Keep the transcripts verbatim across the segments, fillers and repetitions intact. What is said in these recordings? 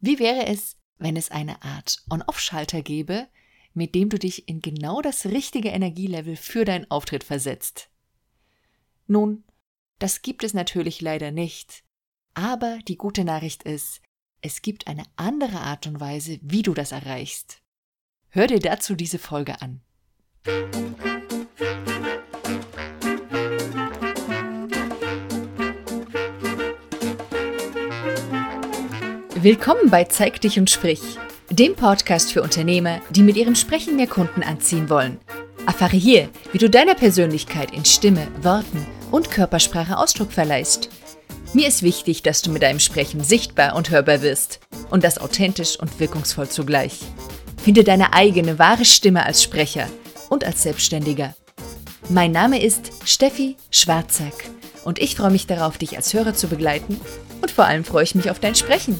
Wie wäre es, wenn es eine Art On-Off-Schalter gäbe, mit dem du dich in genau das richtige Energielevel für deinen Auftritt versetzt? Nun, das gibt es natürlich leider nicht, aber die gute Nachricht ist, es gibt eine andere Art und Weise, wie du das erreichst. Hör dir dazu diese Folge an. Willkommen bei Zeig dich und sprich, dem Podcast für Unternehmer, die mit ihrem Sprechen mehr Kunden anziehen wollen. Erfahre hier, wie du deiner Persönlichkeit in Stimme, Worten und Körpersprache Ausdruck verleihst. Mir ist wichtig, dass du mit deinem Sprechen sichtbar und hörbar wirst und das authentisch und wirkungsvoll zugleich. Finde deine eigene wahre Stimme als Sprecher und als Selbstständiger. Mein Name ist Steffi Schwarzack und ich freue mich darauf, dich als Hörer zu begleiten und vor allem freue ich mich auf dein Sprechen.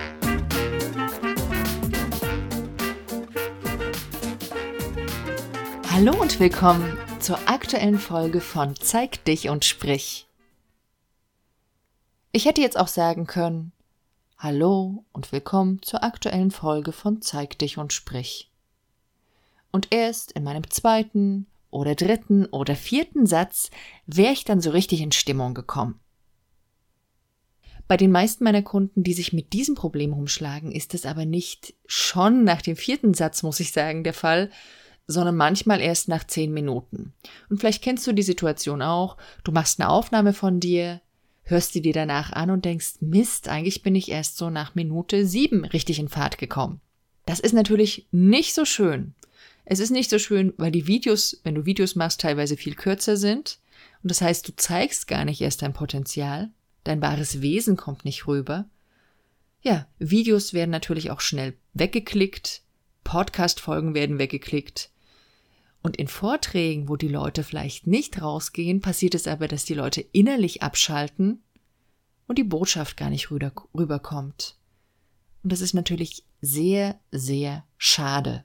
Hallo und willkommen zur aktuellen Folge von Zeig dich und sprich. Ich hätte jetzt auch sagen können, hallo und willkommen zur aktuellen Folge von Zeig dich und sprich. Und erst in meinem zweiten oder dritten oder vierten Satz wäre ich dann so richtig in Stimmung gekommen. Bei den meisten meiner Kunden, die sich mit diesem Problem rumschlagen, ist es aber nicht schon nach dem vierten Satz, muss ich sagen, der Fall, sondern manchmal erst nach zehn Minuten. Und vielleicht kennst du die Situation auch, du machst eine Aufnahme von dir, hörst sie dir danach an und denkst, Mist, eigentlich bin ich erst so nach Minute sieben richtig in Fahrt gekommen. Das ist natürlich nicht so schön. Es ist nicht so schön, weil die Videos, wenn du Videos machst, teilweise viel kürzer sind. Und das heißt, du zeigst gar nicht erst dein Potenzial. Dein wahres Wesen kommt nicht rüber. Ja, Videos werden natürlich auch schnell weggeklickt. Podcast-Folgen werden weggeklickt. Und in Vorträgen, wo die Leute vielleicht nicht rausgehen, passiert es aber, dass die Leute innerlich abschalten und die Botschaft gar nicht rüber, rüberkommt. Und das ist natürlich sehr, sehr schade.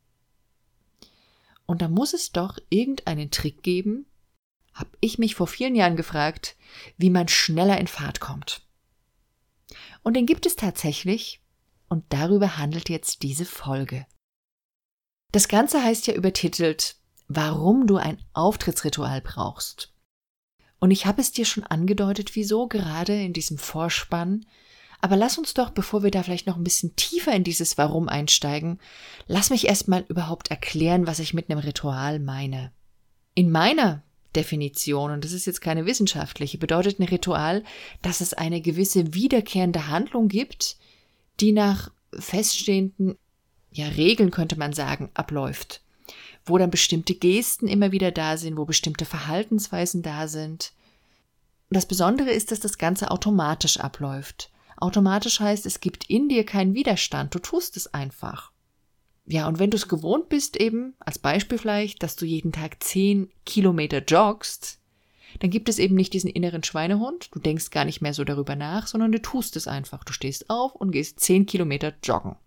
Und da muss es doch irgendeinen Trick geben, habe ich mich vor vielen Jahren gefragt, wie man schneller in Fahrt kommt. Und den gibt es tatsächlich, und darüber handelt jetzt diese Folge. Das Ganze heißt ja übertitelt, warum du ein Auftrittsritual brauchst. Und ich habe es dir schon angedeutet, wieso, gerade in diesem Vorspann. Aber lass uns doch, bevor wir da vielleicht noch ein bisschen tiefer in dieses Warum einsteigen, lass mich erstmal überhaupt erklären, was ich mit einem Ritual meine. In meiner Definition, und das ist jetzt keine wissenschaftliche, bedeutet ein Ritual, dass es eine gewisse wiederkehrende Handlung gibt, die nach feststehenden ja, Regeln, könnte man sagen, abläuft. Wo dann bestimmte Gesten immer wieder da sind, wo bestimmte Verhaltensweisen da sind. Und das Besondere ist, dass das Ganze automatisch abläuft. Automatisch heißt, es gibt in dir keinen Widerstand, du tust es einfach. Ja, und wenn du es gewohnt bist eben, als Beispiel vielleicht, dass du jeden Tag zehn Kilometer joggst, dann gibt es eben nicht diesen inneren Schweinehund, du denkst gar nicht mehr so darüber nach, sondern du tust es einfach. Du stehst auf und gehst zehn Kilometer joggen.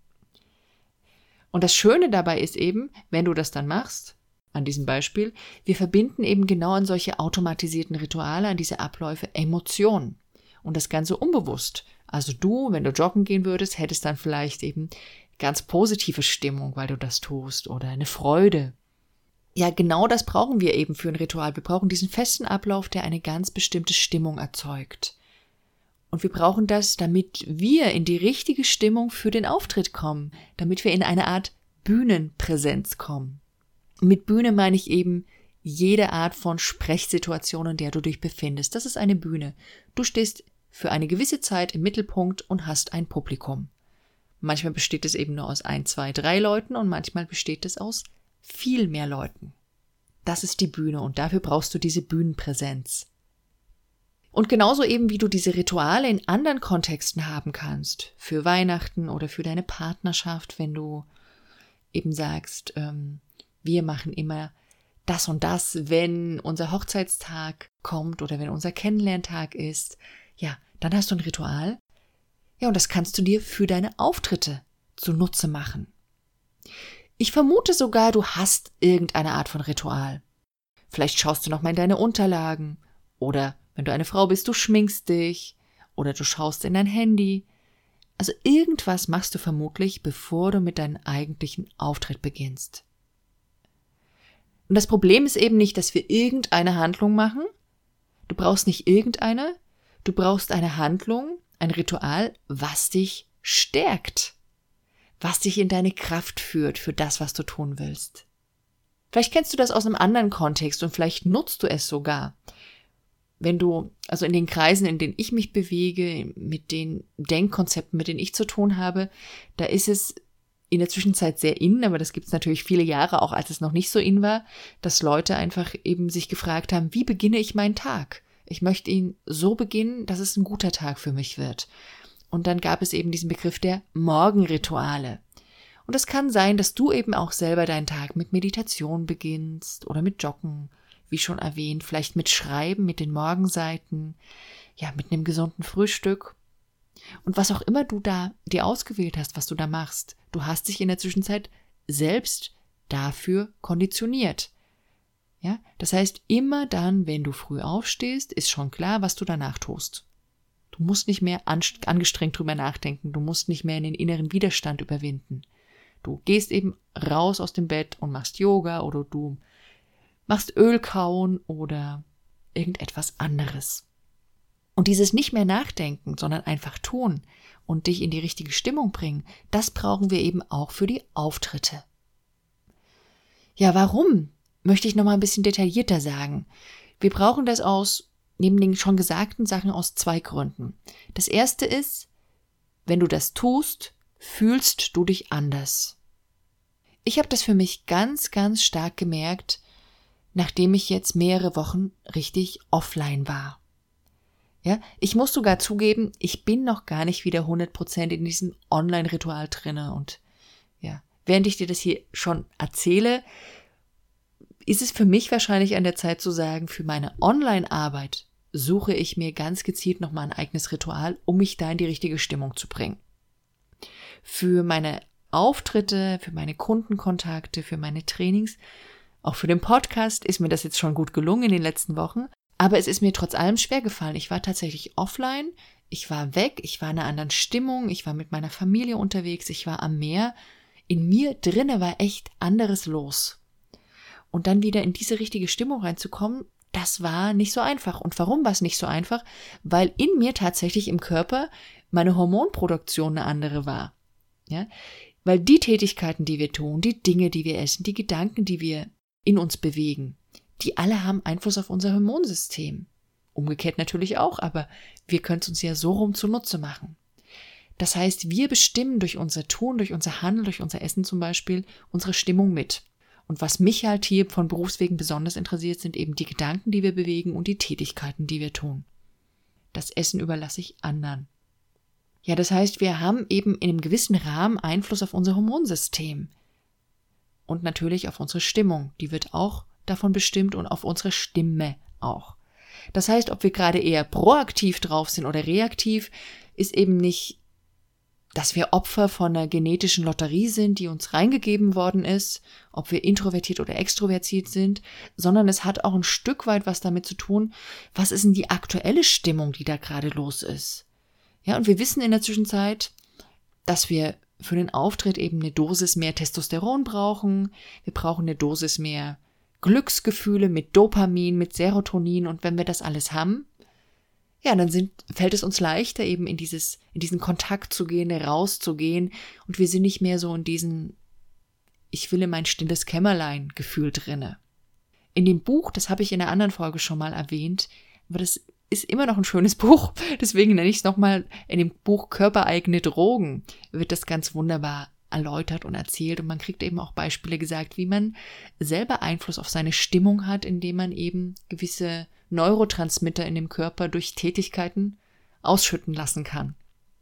Und das Schöne dabei ist eben, wenn du das dann machst, an diesem Beispiel, wir verbinden eben genau an solche automatisierten Rituale, an diese Abläufe Emotionen. Und das Ganze unbewusst. Also du, wenn du joggen gehen würdest, hättest dann vielleicht eben ganz positive Stimmung, weil du das tust, oder eine Freude. Ja, genau das brauchen wir eben für ein Ritual. Wir brauchen diesen festen Ablauf, der eine ganz bestimmte Stimmung erzeugt. Und wir brauchen das, damit wir in die richtige Stimmung für den Auftritt kommen, damit wir in eine Art Bühnenpräsenz kommen. Und mit Bühne meine ich eben jede Art von Sprechsituation, in der du dich befindest. Das ist eine Bühne. Du stehst für eine gewisse Zeit im Mittelpunkt und hast ein Publikum. Manchmal besteht es eben nur aus ein, zwei, drei Leuten und manchmal besteht es aus viel mehr Leuten. Das ist die Bühne und dafür brauchst du diese Bühnenpräsenz. Und genauso eben, wie du diese Rituale in anderen Kontexten haben kannst, für Weihnachten oder für deine Partnerschaft, wenn du eben sagst, ähm, wir machen immer das und das, wenn unser Hochzeitstag kommt oder wenn unser Kennenlerntag ist, ja, dann hast du ein Ritual. Ja, und das kannst du dir für deine Auftritte zunutze machen. Ich vermute sogar, du hast irgendeine Art von Ritual. Vielleicht schaust du noch mal in deine Unterlagen oder wenn du eine Frau bist, du schminkst dich oder du schaust in dein Handy. Also irgendwas machst du vermutlich, bevor du mit deinem eigentlichen Auftritt beginnst. Und das Problem ist eben nicht, dass wir irgendeine Handlung machen. Du brauchst nicht irgendeine, du brauchst eine Handlung, ein Ritual, was dich stärkt, was dich in deine Kraft führt für das, was du tun willst. Vielleicht kennst du das aus einem anderen Kontext und vielleicht nutzt du es sogar. Wenn du, also in den Kreisen, in denen ich mich bewege, mit den Denkkonzepten, mit denen ich zu tun habe, da ist es in der Zwischenzeit sehr in, aber das gibt es natürlich viele Jahre, auch als es noch nicht so in war, dass Leute einfach eben sich gefragt haben, wie beginne ich meinen Tag? Ich möchte ihn so beginnen, dass es ein guter Tag für mich wird. Und dann gab es eben diesen Begriff der Morgenrituale. Und es kann sein, dass du eben auch selber deinen Tag mit Meditation beginnst oder mit Joggen, wie schon erwähnt, vielleicht mit Schreiben, mit den Morgenseiten, ja, mit einem gesunden Frühstück. Und was auch immer du da dir ausgewählt hast, was du da machst, du hast dich in der Zwischenzeit selbst dafür konditioniert. Ja, das heißt, immer dann, wenn du früh aufstehst, ist schon klar, was du danach tust. Du musst nicht mehr angestrengt drüber nachdenken, du musst nicht mehr in den inneren Widerstand überwinden. Du gehst eben raus aus dem Bett und machst Yoga oder du machst Öl kauen oder irgendetwas anderes. Und dieses nicht mehr nachdenken, sondern einfach tun und dich in die richtige Stimmung bringen, das brauchen wir eben auch für die Auftritte. Ja, warum? Möchte ich nochmal ein bisschen detaillierter sagen. Wir brauchen das aus, neben den schon gesagten Sachen, aus zwei Gründen. Das erste ist, wenn du das tust, fühlst du dich anders. Ich habe das für mich ganz, ganz stark gemerkt, nachdem ich jetzt mehrere Wochen richtig offline war. Ja, ich muss sogar zugeben, ich bin noch gar nicht wieder hundert Prozent in diesem Online-Ritual drinne. Und ja, während ich dir das hier schon erzähle, ist es für mich wahrscheinlich an der Zeit zu sagen, für meine Online-Arbeit suche ich mir ganz gezielt nochmal ein eigenes Ritual, um mich da in die richtige Stimmung zu bringen. Für meine Auftritte, für meine Kundenkontakte, für meine Trainings, auch für den Podcast ist mir das jetzt schon gut gelungen in den letzten Wochen. Aber es ist mir trotz allem schwer gefallen. Ich war tatsächlich offline, ich war weg, ich war in einer anderen Stimmung, ich war mit meiner Familie unterwegs, ich war am Meer. In mir drinne war echt anderes los. Und dann wieder in diese richtige Stimmung reinzukommen, das war nicht so einfach. Und warum war es nicht so einfach? Weil in mir tatsächlich im Körper meine Hormonproduktion eine andere war. Ja? Weil die Tätigkeiten, die wir tun, die Dinge, die wir essen, die Gedanken, die wir in uns bewegen, die alle haben Einfluss auf unser Hormonsystem. Umgekehrt natürlich auch, aber wir können es uns ja so rum zunutze machen. Das heißt, wir bestimmen durch unser Tun, durch unser Handeln, durch unser Essen zum Beispiel, unsere Stimmung mit. Und was mich halt hier von Berufswegen besonders interessiert, sind eben die Gedanken, die wir bewegen und die Tätigkeiten, die wir tun. Das Essen überlasse ich anderen. Ja, das heißt, wir haben eben in einem gewissen Rahmen Einfluss auf unser Hormonsystem. Und natürlich auf unsere Stimmung. Die wird auch davon bestimmt und auf unsere Stimme auch. Das heißt, ob wir gerade eher proaktiv drauf sind oder reaktiv, ist eben nicht, dass wir Opfer von einer genetischen Lotterie sind, die uns reingegeben worden ist, ob wir introvertiert oder extrovertiert sind, sondern es hat auch ein Stück weit was damit zu tun, was ist denn die aktuelle Stimmung, die da gerade los ist. Ja, und wir wissen in der Zwischenzeit, dass wir für den Auftritt eben eine Dosis mehr Testosteron brauchen, wir brauchen eine Dosis mehr Glücksgefühle mit Dopamin, mit Serotonin, und wenn wir das alles haben, ja, dann sind, fällt es uns leichter, eben in dieses, in diesen Kontakt zu gehen, rauszugehen, und wir sind nicht mehr so in diesen Ich will in mein stilles Kämmerlein Gefühl drinne. In dem Buch, das habe ich in einer anderen Folge schon mal erwähnt, aber das ist immer noch ein schönes Buch, deswegen nenne ich es nochmal, in dem Buch Körpereigene Drogen wird das ganz wunderbar erläutert und erzählt, und man kriegt eben auch Beispiele gesagt, wie man selber Einfluss auf seine Stimmung hat, indem man eben gewisse Neurotransmitter in dem Körper durch Tätigkeiten ausschütten lassen kann.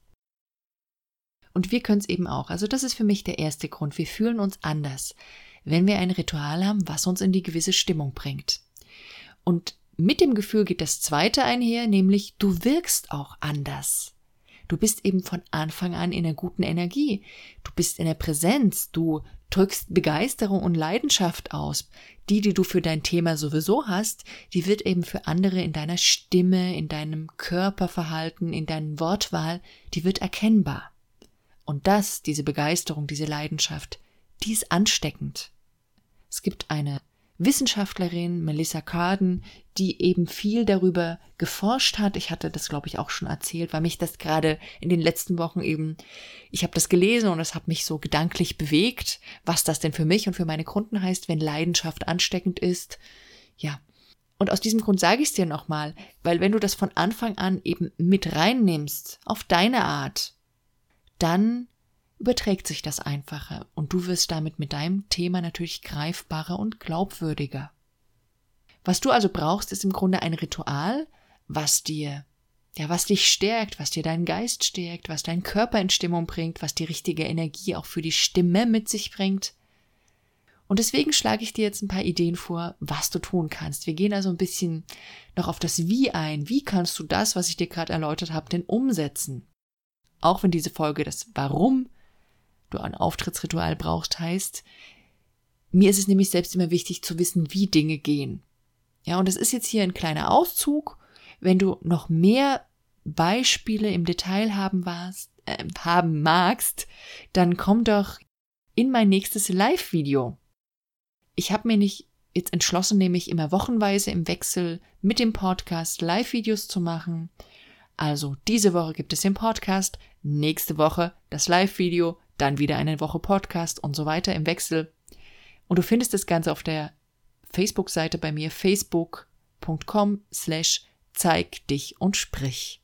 Und wir können es eben auch. Also das ist für mich der erste Grund. Wir fühlen uns anders, wenn wir ein Ritual haben, was uns in die gewisse Stimmung bringt. Und mit dem Gefühl geht das zweite einher, nämlich du wirkst auch anders. Du bist eben von Anfang an in einer guten Energie. Du bist in der Präsenz. Du drückst Begeisterung und Leidenschaft aus. Die, die du für dein Thema sowieso hast, die wird eben für andere in deiner Stimme, in deinem Körperverhalten, in deiner Wortwahl, die wird erkennbar. Und das, diese Begeisterung, diese Leidenschaft, die ist ansteckend. Es gibt eine Wissenschaftlerin, Melissa Carden, die eben viel darüber geforscht hat. Ich hatte das, glaube ich, auch schon erzählt, weil mich das gerade in den letzten Wochen eben, ich habe das gelesen und es hat mich so gedanklich bewegt, was das denn für mich und für meine Kunden heißt, wenn Leidenschaft ansteckend ist. Ja, und aus diesem Grund sage ich es dir nochmal, weil wenn du das von Anfang an eben mit reinnimmst, auf deine Art, dann überträgt sich das einfacher und du wirst damit mit deinem Thema natürlich greifbarer und glaubwürdiger. Was du also brauchst, ist im Grunde ein Ritual, was dir, ja, was dich stärkt, was dir deinen Geist stärkt, was deinen Körper in Stimmung bringt, was die richtige Energie auch für die Stimme mit sich bringt. Und deswegen schlage ich dir jetzt ein paar Ideen vor, was du tun kannst. Wir gehen also ein bisschen noch auf das Wie ein. Wie kannst du das, was ich dir gerade erläutert habe, denn umsetzen? Auch wenn diese Folge das Warum du ein Auftrittsritual brauchst, heißt, mir ist es nämlich selbst immer wichtig zu wissen, wie Dinge gehen. Ja, und das ist jetzt hier ein kleiner Auszug. Wenn du noch mehr Beispiele im Detail haben, warst, äh, haben magst, dann komm doch in mein nächstes Live-Video. Ich habe mir nicht jetzt entschlossen, nämlich immer wochenweise im Wechsel mit dem Podcast Live-Videos zu machen. Also diese Woche gibt es den Podcast, nächste Woche das Live-Video, dann wieder eine Woche Podcast und so weiter im Wechsel. Und du findest das Ganze auf der Facebook-Seite bei mir, facebook.com slash zeig dich und sprich.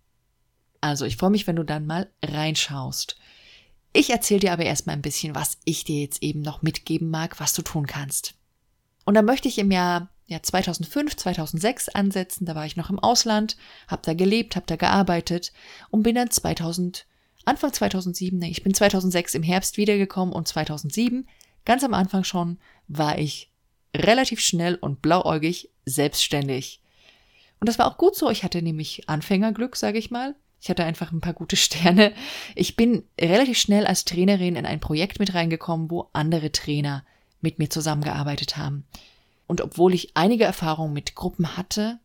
Also ich freue mich, wenn du dann mal reinschaust. Ich erzähle dir aber erstmal ein bisschen, was ich dir jetzt eben noch mitgeben mag, was du tun kannst. Und dann möchte ich im Jahr ja, zweitausendfünf, zweitausendsechs ansetzen. Da war ich noch im Ausland, habe da gelebt, habe da gearbeitet und bin dann zweitausend, Anfang zweitausendsieben, nee, ich bin zweitausendsechs im Herbst wiedergekommen und zweitausendsieben, ganz am Anfang schon, war ich relativ schnell und blauäugig selbstständig. Und das war auch gut so. Ich hatte nämlich Anfängerglück, sage ich mal. Ich hatte einfach ein paar gute Sterne. Ich bin relativ schnell als Trainerin in ein Projekt mit reingekommen, wo andere Trainer mit mir zusammengearbeitet haben. Und obwohl ich einige Erfahrungen mit Gruppen hatte,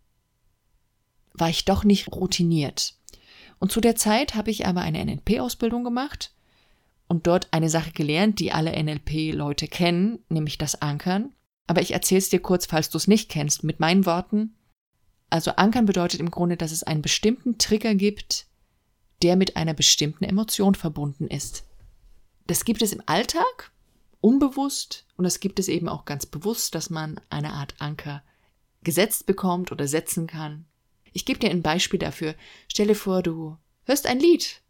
war ich doch nicht routiniert. Und zu der Zeit habe ich aber eine N L P-Ausbildung gemacht und dort eine Sache gelernt, die alle N L P-Leute kennen, nämlich das Ankern. Aber ich erzähle es dir kurz, falls du es nicht kennst, mit meinen Worten. Also Ankern bedeutet im Grunde, dass es einen bestimmten Trigger gibt, der mit einer bestimmten Emotion verbunden ist. Das gibt es im Alltag, unbewusst, und das gibt es eben auch ganz bewusst, dass man eine Art Anker gesetzt bekommt oder setzen kann. Ich gebe dir ein Beispiel dafür. Stell dir vor, du hörst ein Lied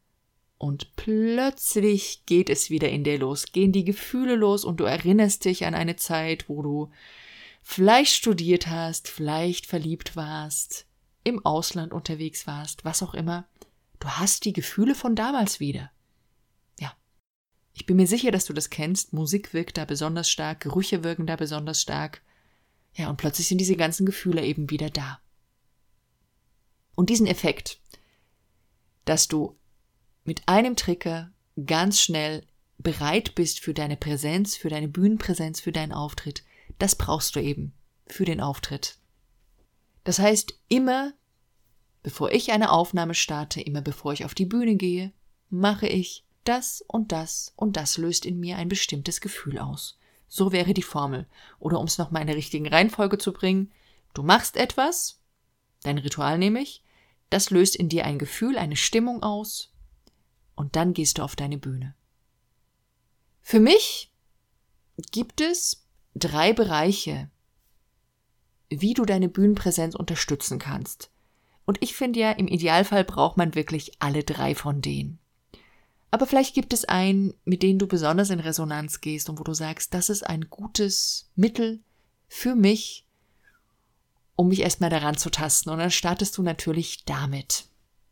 und plötzlich geht es wieder in dir los, gehen die Gefühle los und du erinnerst dich an eine Zeit, wo du vielleicht studiert hast, vielleicht verliebt warst, im Ausland unterwegs warst, was auch immer. Du hast die Gefühle von damals wieder. Ja, ich bin mir sicher, dass du das kennst. Musik wirkt da besonders stark, Gerüche wirken da besonders stark. Ja, und plötzlich sind diese ganzen Gefühle eben wieder da. Und diesen Effekt, dass du mit einem Trigger ganz schnell bereit bist für deine Präsenz, für deine Bühnenpräsenz, für deinen Auftritt, das brauchst du eben für den Auftritt. Das heißt, immer bevor ich eine Aufnahme starte, immer bevor ich auf die Bühne gehe, mache ich das und das und das löst in mir ein bestimmtes Gefühl aus. So wäre die Formel. Oder um es nochmal in der richtigen Reihenfolge zu bringen, du machst etwas, dein Ritual nämlich, das löst in dir ein Gefühl, eine Stimmung aus und dann gehst du auf deine Bühne. Für mich gibt es drei Bereiche, wie du deine Bühnenpräsenz unterstützen kannst. Und ich finde ja, im Idealfall braucht man wirklich alle drei von denen. Aber vielleicht gibt es einen, mit dem du besonders in Resonanz gehst und wo du sagst, das ist ein gutes Mittel für mich, um mich erstmal daran zu tasten. Und dann startest du natürlich damit.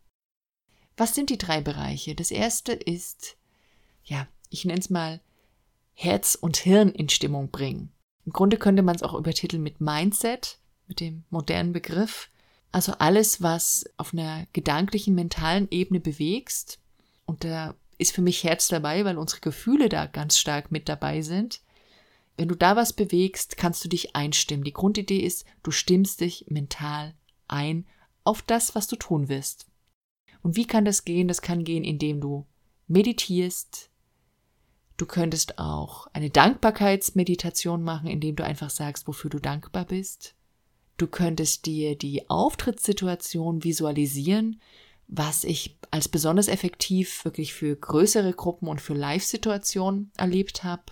Was sind die drei Bereiche? Das erste ist, ja, ich nenne es mal Herz und Hirn in Stimmung bringen. Im Grunde könnte man es auch übertiteln mit Mindset, mit dem modernen Begriff. Also alles, was auf einer gedanklichen, mentalen Ebene bewegst. Und da ist für mich Herz dabei, weil unsere Gefühle da ganz stark mit dabei sind. Wenn du da was bewegst, kannst du dich einstimmen. Die Grundidee ist, du stimmst dich mental ein auf das, was du tun willst. Und wie kann das gehen? Das kann gehen, indem du meditierst. Du könntest auch eine Dankbarkeitsmeditation machen, indem du einfach sagst, wofür du dankbar bist. Du könntest dir die Auftrittssituation visualisieren, was ich als besonders effektiv wirklich für größere Gruppen und für Live-Situationen erlebt habe.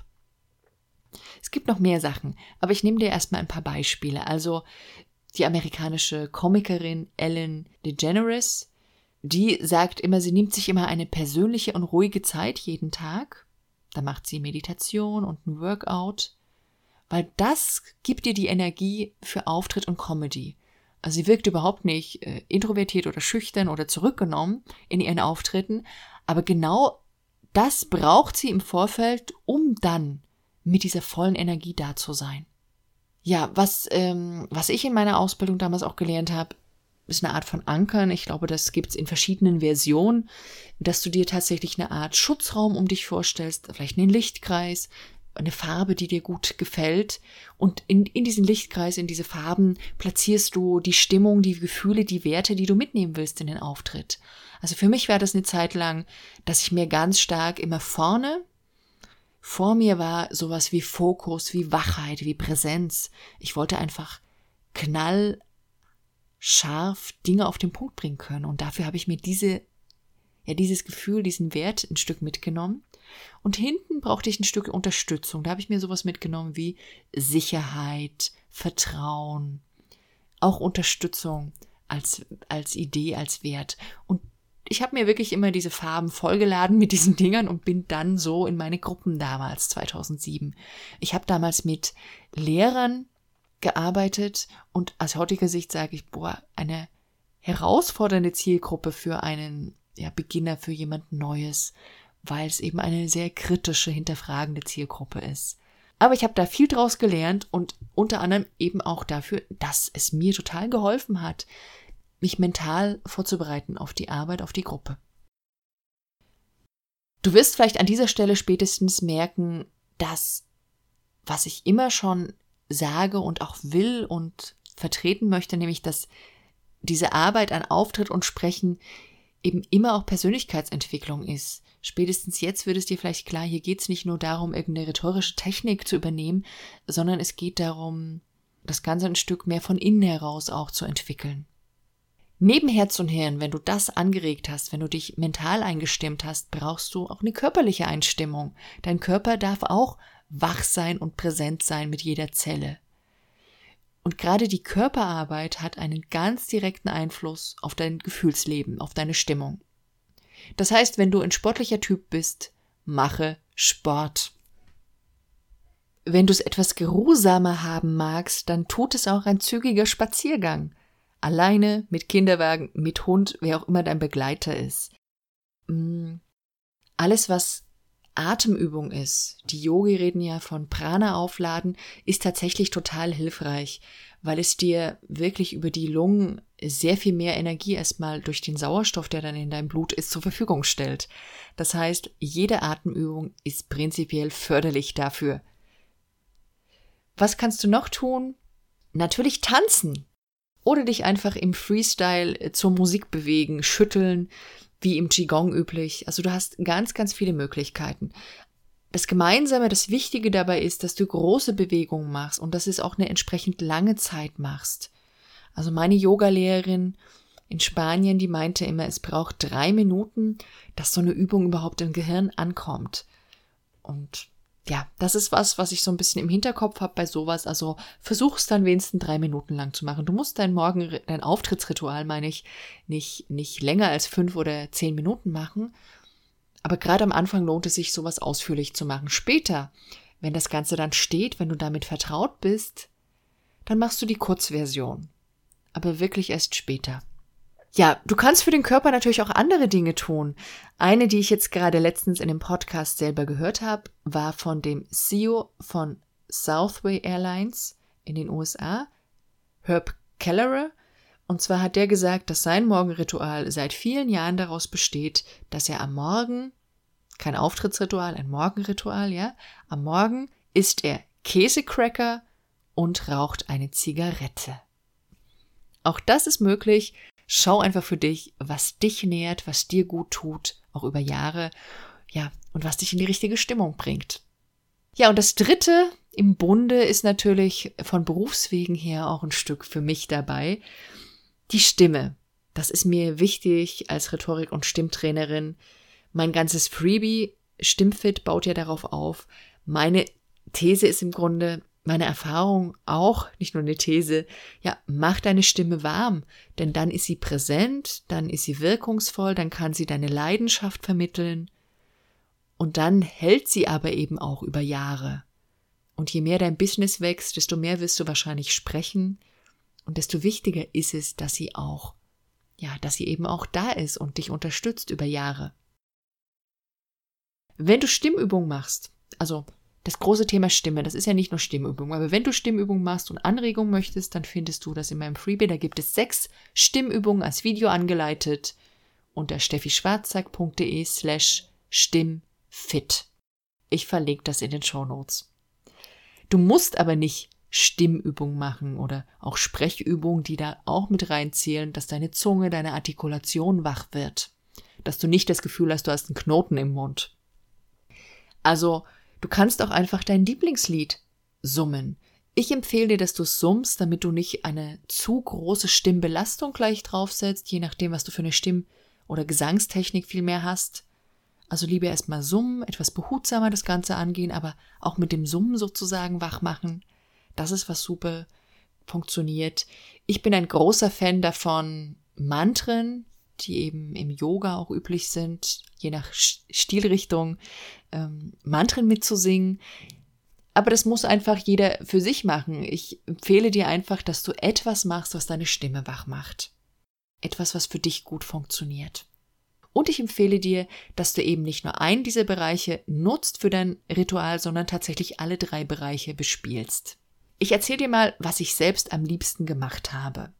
Es gibt noch mehr Sachen, aber ich nehme dir erstmal ein paar Beispiele. Also die amerikanische Komikerin Ellen DeGeneres, die sagt immer, sie nimmt sich immer eine persönliche und ruhige Zeit jeden Tag. Da macht sie Meditation und ein Workout, weil das gibt ihr die Energie für Auftritt und Comedy. Also sie wirkt überhaupt nicht äh, introvertiert oder schüchtern oder zurückgenommen in ihren Auftritten, aber genau das braucht sie im Vorfeld, um dann mit dieser vollen Energie da zu sein. Ja, was, ähm, was ich in meiner Ausbildung damals auch gelernt habe, ist eine Art von Ankern. Ich glaube, das gibt's in verschiedenen Versionen, dass du dir tatsächlich eine Art Schutzraum um dich vorstellst, vielleicht einen Lichtkreis, eine Farbe, die dir gut gefällt. Und in, in diesen Lichtkreis, in diese Farben platzierst du die Stimmung, die Gefühle, die Werte, die du mitnehmen willst in den Auftritt. Also für mich war das eine Zeit lang, dass ich mir ganz stark immer vorne, vor mir war sowas wie Fokus, wie Wachheit, wie Präsenz. Ich wollte einfach knall scharf Dinge auf den Punkt bringen können. Und dafür habe ich mir diese, ja, dieses Gefühl, diesen Wert ein Stück mitgenommen. Und hinten brauchte ich ein Stück Unterstützung. Da habe ich mir sowas mitgenommen wie Sicherheit, Vertrauen, auch Unterstützung als, als Idee, als Wert. Und ich habe mir wirklich immer diese Farben vollgeladen mit diesen Dingern und bin dann so in meine Gruppen damals, zweitausendsieben. Ich habe damals mit Lehrern gearbeitet und aus heutiger Sicht sage ich, boah, eine herausfordernde Zielgruppe für einen ja, Beginner, für jemand Neues, weil es eben eine sehr kritische, hinterfragende Zielgruppe ist. Aber ich habe da viel draus gelernt und unter anderem eben auch dafür, dass es mir total geholfen hat, mich mental vorzubereiten auf die Arbeit, auf die Gruppe. Du wirst vielleicht an dieser Stelle spätestens merken, dass, was ich immer schon sage und auch will und vertreten möchte, nämlich, dass diese Arbeit an Auftritt und Sprechen eben immer auch Persönlichkeitsentwicklung ist. Spätestens jetzt wird es dir vielleicht klar, hier geht es nicht nur darum, irgendeine rhetorische Technik zu übernehmen, sondern es geht darum, das Ganze ein Stück mehr von innen heraus auch zu entwickeln. Neben Herz und Hirn, wenn du das angeregt hast, wenn du dich mental eingestimmt hast, brauchst du auch eine körperliche Einstimmung. Dein Körper darf auch wach sein und präsent sein mit jeder Zelle. Und gerade die Körperarbeit hat einen ganz direkten Einfluss auf dein Gefühlsleben, auf deine Stimmung. Das heißt, wenn du ein sportlicher Typ bist, mache Sport. Wenn du es etwas geruhsamer haben magst, dann tut es auch ein zügiger Spaziergang. Alleine, mit Kinderwagen, mit Hund, wer auch immer dein Begleiter ist. Alles, was Atemübung ist, die Yogi reden ja von Prana aufladen, ist tatsächlich total hilfreich, weil es dir wirklich über die Lungen sehr viel mehr Energie erstmal durch den Sauerstoff, der dann in deinem Blut ist, zur Verfügung stellt. Das heißt, jede Atemübung ist prinzipiell förderlich dafür. Was kannst du noch tun? Natürlich tanzen. Oder dich einfach im Freestyle zur Musik bewegen, schütteln, wie im Qigong üblich. Also du hast ganz, ganz viele Möglichkeiten. Das Gemeinsame, das Wichtige dabei ist, dass du große Bewegungen machst und dass es auch eine entsprechend lange Zeit machst. Also meine Yogalehrerin in Spanien, die meinte immer, es braucht drei Minuten, dass so eine Übung überhaupt im Gehirn ankommt. Und ja, das ist was, was ich so ein bisschen im Hinterkopf habe bei sowas. Also versuch es dann wenigstens drei Minuten lang zu machen. Du musst dein Morgen, dein Auftrittsritual, meine ich, nicht, nicht länger als fünf oder zehn Minuten machen. Aber gerade am Anfang lohnt es sich, sowas ausführlich zu machen. Später, wenn das Ganze dann steht, wenn du damit vertraut bist, dann machst du die Kurzversion. Aber wirklich erst später. Ja, du kannst für den Körper natürlich auch andere Dinge tun. Eine, die ich jetzt gerade letztens in dem Podcast selber gehört habe, war von dem C E O von Southway Airlines in den U S A, Herb Kelleher. Und zwar hat der gesagt, dass sein Morgenritual seit vielen Jahren daraus besteht, dass er am Morgen, kein Auftrittsritual, ein Morgenritual, ja, am Morgen isst er Käsecracker und raucht eine Zigarette. Auch das ist möglich. Schau einfach für dich, was dich nährt, was dir gut tut, auch über Jahre, ja, und was dich in die richtige Stimmung bringt. Ja, und das Dritte im Bunde ist natürlich von Berufswegen her auch ein Stück für mich dabei. Die Stimme. Das ist mir wichtig als Rhetorik- und Stimmtrainerin. Mein ganzes Freebie Stimmfit baut ja darauf auf. Meine These ist im Grunde, meine Erfahrung auch, nicht nur eine These, ja, mach deine Stimme warm, denn dann ist sie präsent, dann ist sie wirkungsvoll, dann kann sie deine Leidenschaft vermitteln und dann hält sie aber eben auch über Jahre. Und je mehr dein Business wächst, desto mehr wirst du wahrscheinlich sprechen und desto wichtiger ist es, dass sie auch, ja, dass sie eben auch da ist und dich unterstützt über Jahre. Wenn du Stimmübungen machst, also das große Thema Stimme, das ist ja nicht nur Stimmübung, aber wenn du Stimmübungen machst und Anregungen möchtest, dann findest du das in meinem Freebie. Da gibt es sechs Stimmübungen als Video angeleitet unter steffischwarzack.de slash stimmfit. Ich verlinke das in den Shownotes. Du musst aber nicht Stimmübungen machen oder auch Sprechübungen, die da auch mit reinzählen, dass deine Zunge, deine Artikulation wach wird, dass du nicht das Gefühl hast, du hast einen Knoten im Mund. Also, du kannst auch einfach dein Lieblingslied summen. Ich empfehle dir, dass du es summst, damit du nicht eine zu große Stimmbelastung gleich draufsetzt, je nachdem, was du für eine Stimm- oder Gesangstechnik viel mehr hast. Also lieber erstmal summen, etwas behutsamer das Ganze angehen, aber auch mit dem Summen sozusagen wach machen. Das ist, was super funktioniert. Ich bin ein großer Fan davon, Mantren, die eben im Yoga auch üblich sind, je nach Stilrichtung, ähm, Mantren mitzusingen. Aber das muss einfach jeder für sich machen. Ich empfehle dir einfach, dass du etwas machst, was deine Stimme wach macht. Etwas, was für dich gut funktioniert. Und ich empfehle dir, dass du eben nicht nur einen dieser Bereiche nutzt für dein Ritual, sondern tatsächlich alle drei Bereiche bespielst. Ich erzähle dir mal, was ich selbst am liebsten gemacht habe.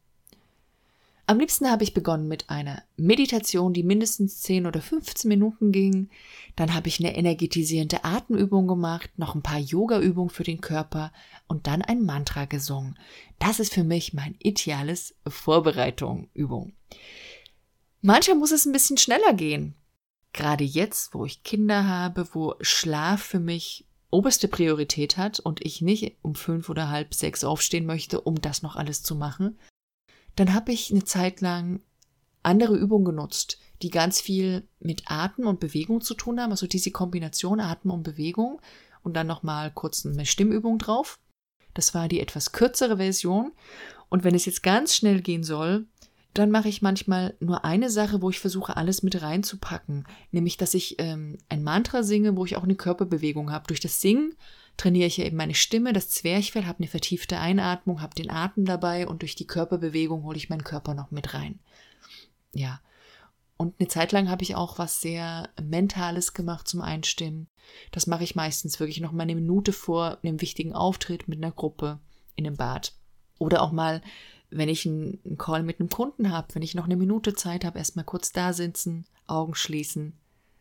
Am liebsten habe ich begonnen mit einer Meditation, die mindestens zehn oder fünfzehn Minuten ging. Dann habe ich eine energetisierende Atemübung gemacht, noch ein paar Yoga-Übungen für den Körper und dann ein Mantra gesungen. Das ist für mich mein ideales Vorbereitungsübung. Manchmal muss es ein bisschen schneller gehen. Gerade jetzt, wo ich Kinder habe, wo Schlaf für mich oberste Priorität hat und ich nicht um fünf oder halb sechs aufstehen möchte, um das noch alles zu machen, dann habe ich eine Zeit lang andere Übungen genutzt, die ganz viel mit Atmen und Bewegung zu tun haben, also diese Kombination Atmen und Bewegung und dann nochmal kurz eine Stimmübung drauf. Das war die etwas kürzere Version. Und wenn es jetzt ganz schnell gehen soll, dann mache ich manchmal nur eine Sache, wo ich versuche, alles mit reinzupacken. Nämlich, dass ich ähm, ein Mantra singe, wo ich auch eine Körperbewegung habe. Durch das Singen trainiere ich ja eben meine Stimme, das Zwerchfell, habe eine vertiefte Einatmung, habe den Atem dabei und durch die Körperbewegung hole ich meinen Körper noch mit rein. Ja, und eine Zeit lang habe ich auch was sehr Mentales gemacht zum Einstimmen. Das mache ich meistens wirklich noch mal eine Minute vor einem wichtigen Auftritt mit einer Gruppe in einem Bad. Oder auch mal, wenn ich einen Call mit einem Kunden habe, wenn ich noch eine Minute Zeit habe, erstmal kurz da sitzen, Augen schließen.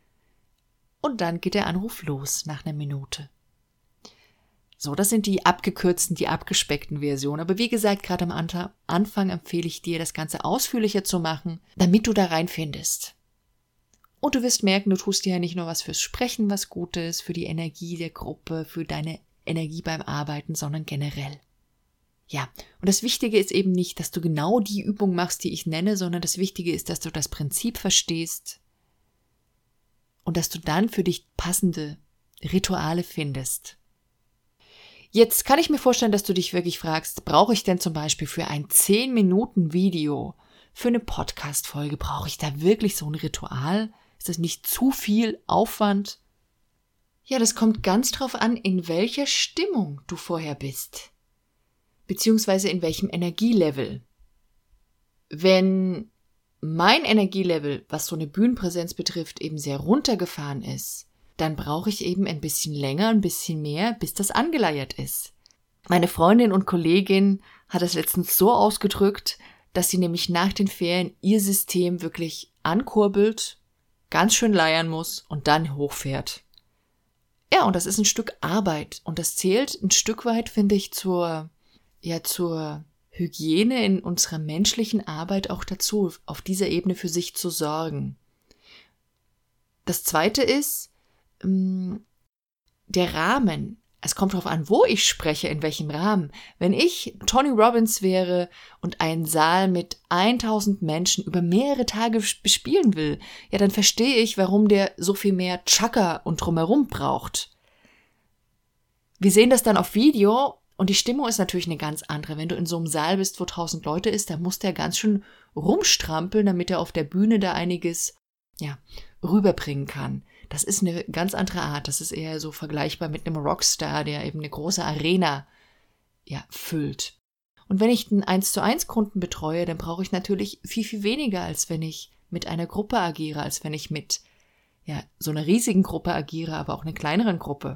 Und dann geht der Anruf los nach einer Minute. So, das sind die abgekürzten, die abgespeckten Versionen. Aber wie gesagt, gerade am Anfang empfehle ich dir, das Ganze ausführlicher zu machen, damit du da reinfindest. Und du wirst merken, du tust dir ja nicht nur was fürs Sprechen, was Gutes, für die Energie der Gruppe, für deine Energie beim Arbeiten, sondern generell. Ja, und das Wichtige ist eben nicht, dass du genau die Übung machst, die ich nenne, sondern das Wichtige ist, dass du das Prinzip verstehst und dass du dann für dich passende Rituale findest. Jetzt kann ich mir vorstellen, dass du dich wirklich fragst, brauche ich denn zum Beispiel für ein zehn Minuten Video, für eine Podcast-Folge, brauche ich da wirklich so ein Ritual? Ist das nicht zu viel Aufwand? Ja, das kommt ganz drauf an, in welcher Stimmung du vorher bist, beziehungsweise in welchem Energielevel. Wenn mein Energielevel, was so eine Bühnenpräsenz betrifft, eben sehr runtergefahren ist, dann brauche ich eben ein bisschen länger, ein bisschen mehr, bis das angeleiert ist. Meine Freundin und Kollegin hat es letztens so ausgedrückt, dass sie nämlich nach den Ferien ihr System wirklich ankurbelt, ganz schön leiern muss und dann hochfährt. Ja, und das ist ein Stück Arbeit und das zählt ein Stück weit, finde ich, zur, ja, zur Hygiene in unserer menschlichen Arbeit auch dazu, auf dieser Ebene für sich zu sorgen. Das Zweite ist ähm, der Rahmen. Es kommt darauf an, wo ich spreche, in welchem Rahmen. Wenn ich Tony Robbins wäre und einen Saal mit tausend Menschen über mehrere Tage bespielen will, ja, dann verstehe ich, warum der so viel mehr Chakra und drumherum braucht. Wir sehen das dann auf Video und die Stimmung ist natürlich eine ganz andere. Wenn du in so einem Saal bist, wo tausend Leute ist, dann muss der ganz schön rumstrampeln, damit er auf der Bühne da einiges, ja, rüberbringen kann. Das ist eine ganz andere Art. Das ist eher so vergleichbar mit einem Rockstar, der eben eine große Arena, ja, füllt. Und wenn ich einen eins zu eins Kunden betreue, dann brauche ich natürlich viel, viel weniger, als wenn ich mit einer Gruppe agiere, als wenn ich mit, ja, so einer riesigen Gruppe agiere, aber auch einer kleineren Gruppe.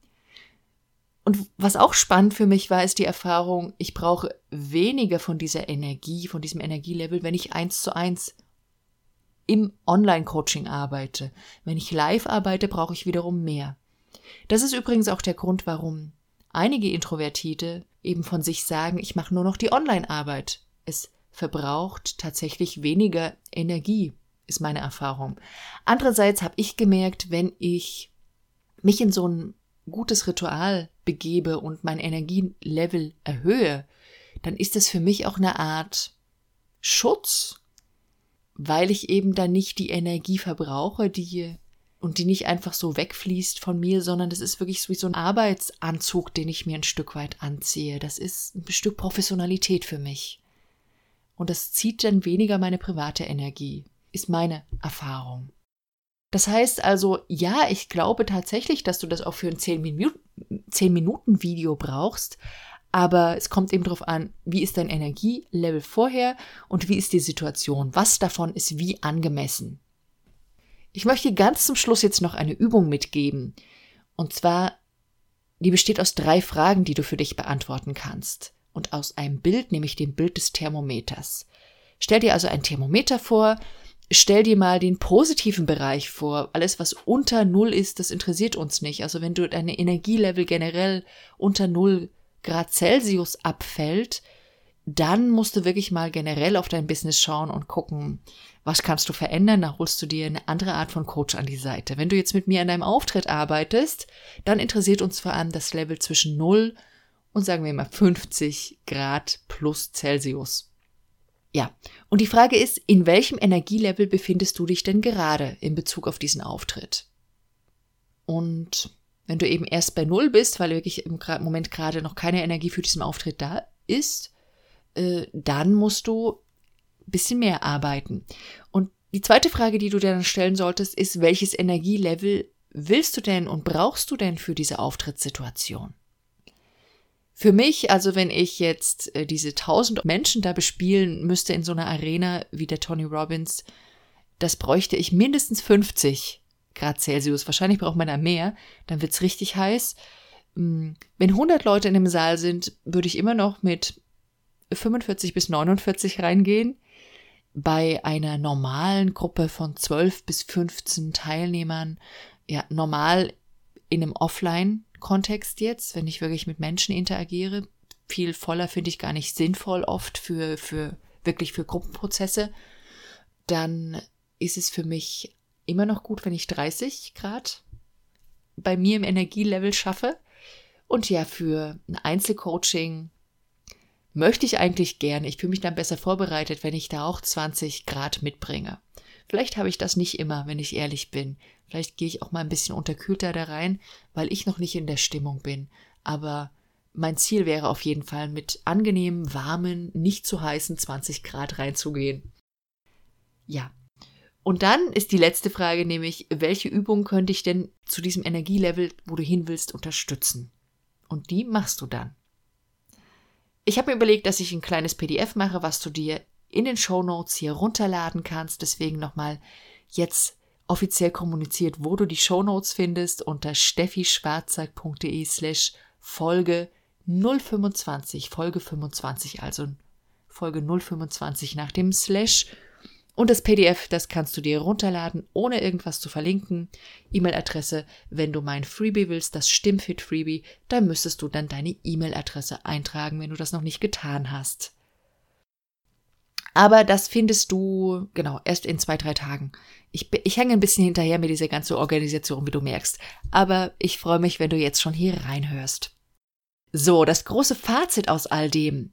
Und was auch spannend für mich war, ist die Erfahrung, ich brauche weniger von dieser Energie, von diesem Energielevel, wenn ich eins zu eins im Online-Coaching arbeite. Wenn ich live arbeite, brauche ich wiederum mehr. Das ist übrigens auch der Grund, warum einige Introvertierte eben von sich sagen, ich mache nur noch die Online-Arbeit. Es verbraucht tatsächlich weniger Energie, ist meine Erfahrung. Andererseits habe ich gemerkt, wenn ich mich in so ein gutes Ritual begebe und mein Energielevel erhöhe, dann ist das für mich auch eine Art Schutz, weil ich eben dann nicht die Energie verbrauche, die und die nicht einfach so wegfließt von mir, sondern das ist wirklich so wie so ein Arbeitsanzug, den ich mir ein Stück weit anziehe. Das ist ein Stück Professionalität für mich. Und das zieht dann weniger meine private Energie, ist meine Erfahrung. Das heißt also, ja, ich glaube tatsächlich, dass du das auch für ein zehn Minuten Video brauchst, aber es kommt eben darauf an, wie ist dein Energielevel vorher und wie ist die Situation, was davon ist wie angemessen. Ich möchte ganz zum Schluss jetzt noch eine Übung mitgeben, und zwar, die besteht aus drei Fragen, die du für dich beantworten kannst und aus einem Bild, nämlich dem Bild des Thermometers. Stell dir also ein Thermometer vor, stell dir mal den positiven Bereich vor. Alles, was unter Null ist, das interessiert uns nicht. Also wenn du deine Energielevel generell unter Null Grad Celsius abfällt, dann musst du wirklich mal generell auf dein Business schauen und gucken, was kannst du verändern. Da holst du dir eine andere Art von Coach an die Seite. Wenn du jetzt mit mir an deinem Auftritt arbeitest, dann interessiert uns vor allem das Level zwischen null und sagen wir mal fünfzig Grad plus Celsius. Ja, und die Frage ist, in welchem Energielevel befindest du dich denn gerade in Bezug auf diesen Auftritt? Und wenn du eben erst bei Null bist, weil wirklich im Moment gerade noch keine Energie für diesen Auftritt da ist, äh, dann musst du ein bisschen mehr arbeiten. Und die zweite Frage, die du dir dann stellen solltest, ist, welches Energielevel willst du denn und brauchst du denn für diese Auftrittssituation? Für mich, also wenn ich jetzt äh, diese tausend Menschen da bespielen müsste in so einer Arena wie der Tony Robbins, das bräuchte ich mindestens fünfzig Grad Celsius. Wahrscheinlich braucht man da mehr, dann wird's richtig heiß. Wenn hundert Leute in einem Saal sind, würde ich immer noch mit fünfundvierzig bis neunundvierzig reingehen. Bei einer normalen Gruppe von zwölf bis fünfzehn Teilnehmern, ja, normal in einem Offline-Kontext jetzt, wenn ich wirklich mit Menschen interagiere, viel voller finde ich gar nicht sinnvoll oft für, für, wirklich für Gruppenprozesse, dann ist es für mich immer noch gut, wenn ich dreißig Grad bei mir im Energielevel schaffe. Und ja, für ein Einzelcoaching möchte ich eigentlich gerne, ich fühle mich dann besser vorbereitet, wenn ich da auch zwanzig Grad mitbringe. Vielleicht habe ich das nicht immer, wenn ich ehrlich bin. Vielleicht gehe ich auch mal ein bisschen unterkühlter da rein, weil ich noch nicht in der Stimmung bin. Aber mein Ziel wäre auf jeden Fall, mit angenehmen, warmen, nicht zu heißen zwanzig Grad reinzugehen. Ja. Und dann ist die letzte Frage nämlich, welche Übung könnte ich denn zu diesem Energielevel, wo du hin willst, unterstützen? Und die machst du dann. Ich habe mir überlegt, dass ich ein kleines P D F mache, was du dir in den Shownotes hier runterladen kannst. Deswegen nochmal jetzt offiziell kommuniziert, wo du die Shownotes findest, unter steffischwarzack.de slash Folge null fünfundzwanzig, Folge fünfundzwanzig, also Folge null fünfundzwanzig nach dem Slash. Und das P D F, das kannst du dir runterladen, ohne irgendwas zu verlinken. E-Mail-Adresse, wenn du mein Freebie willst, das Stimmfit Freebie, dann müsstest du dann deine E-Mail-Adresse eintragen, wenn du das noch nicht getan hast. Aber das findest du, genau, erst in zwei, drei Tagen. Ich, ich hänge ein bisschen hinterher mit dieser ganzen Organisation, wie du merkst. Aber ich freue mich, wenn du jetzt schon hier reinhörst. So, das große Fazit aus all dem.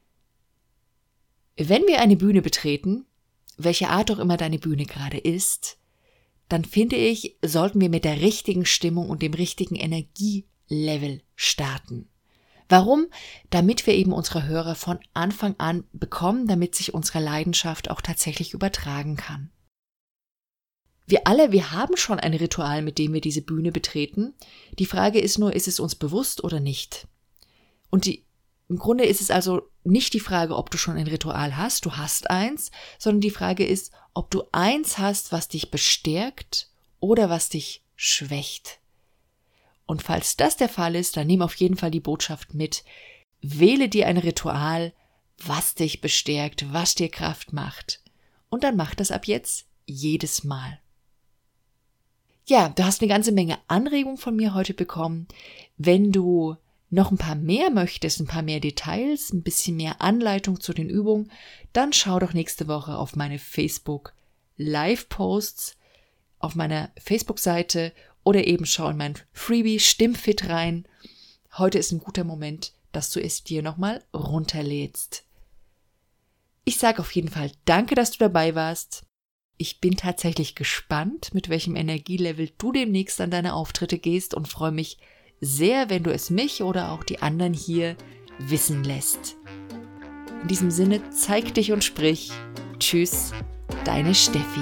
Wenn wir eine Bühne betreten, welche Art auch immer deine Bühne gerade ist, dann finde ich, sollten wir mit der richtigen Stimmung und dem richtigen Energielevel starten. Warum? Damit wir eben unsere Hörer von Anfang an bekommen, damit sich unsere Leidenschaft auch tatsächlich übertragen kann. Wir alle, wir haben schon ein Ritual, mit dem wir diese Bühne betreten. Die Frage ist nur, ist es uns bewusst oder nicht? Und die, im Grunde ist es also nicht die Frage, ob du schon ein Ritual hast, du hast eins, sondern die Frage ist, ob du eins hast, was dich bestärkt oder was dich schwächt. Und falls das der Fall ist, dann nimm auf jeden Fall die Botschaft mit. Wähle dir ein Ritual, was dich bestärkt, was dir Kraft macht. Und dann mach das ab jetzt jedes Mal. Ja, du hast eine ganze Menge Anregung von mir heute bekommen. Wenn du noch ein paar mehr möchtest, ein paar mehr Details, ein bisschen mehr Anleitung zu den Übungen, dann schau doch nächste Woche auf meine Facebook-Live-Posts, auf meiner Facebook-Seite oder eben schau in mein Freebie Stimmfit rein. Heute ist ein guter Moment, dass du es dir nochmal runterlädst. Ich sage auf jeden Fall danke, dass du dabei warst. Ich bin tatsächlich gespannt, mit welchem Energielevel du demnächst an deine Auftritte gehst und freue mich sehr, wenn du es mich oder auch die anderen hier wissen lässt. In diesem Sinne, zeig dich und sprich. Tschüss, deine Steffi.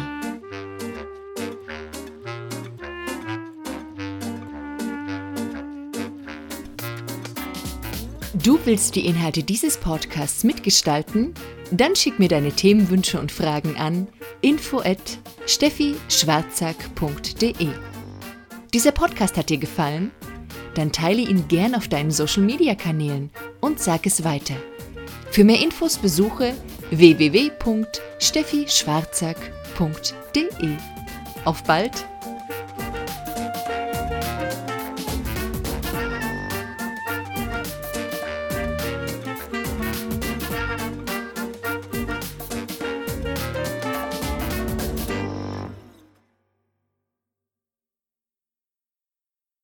Du willst die Inhalte dieses Podcasts mitgestalten? Dann schick mir deine Themenwünsche und Fragen an info at steffi schwarzack punkt de. Dieser Podcast hat dir gefallen? Dann teile ihn gern auf deinen Social-Media-Kanälen und sag es weiter. Für mehr Infos besuche w w w punkt steffi schwarzack punkt de. Auf bald!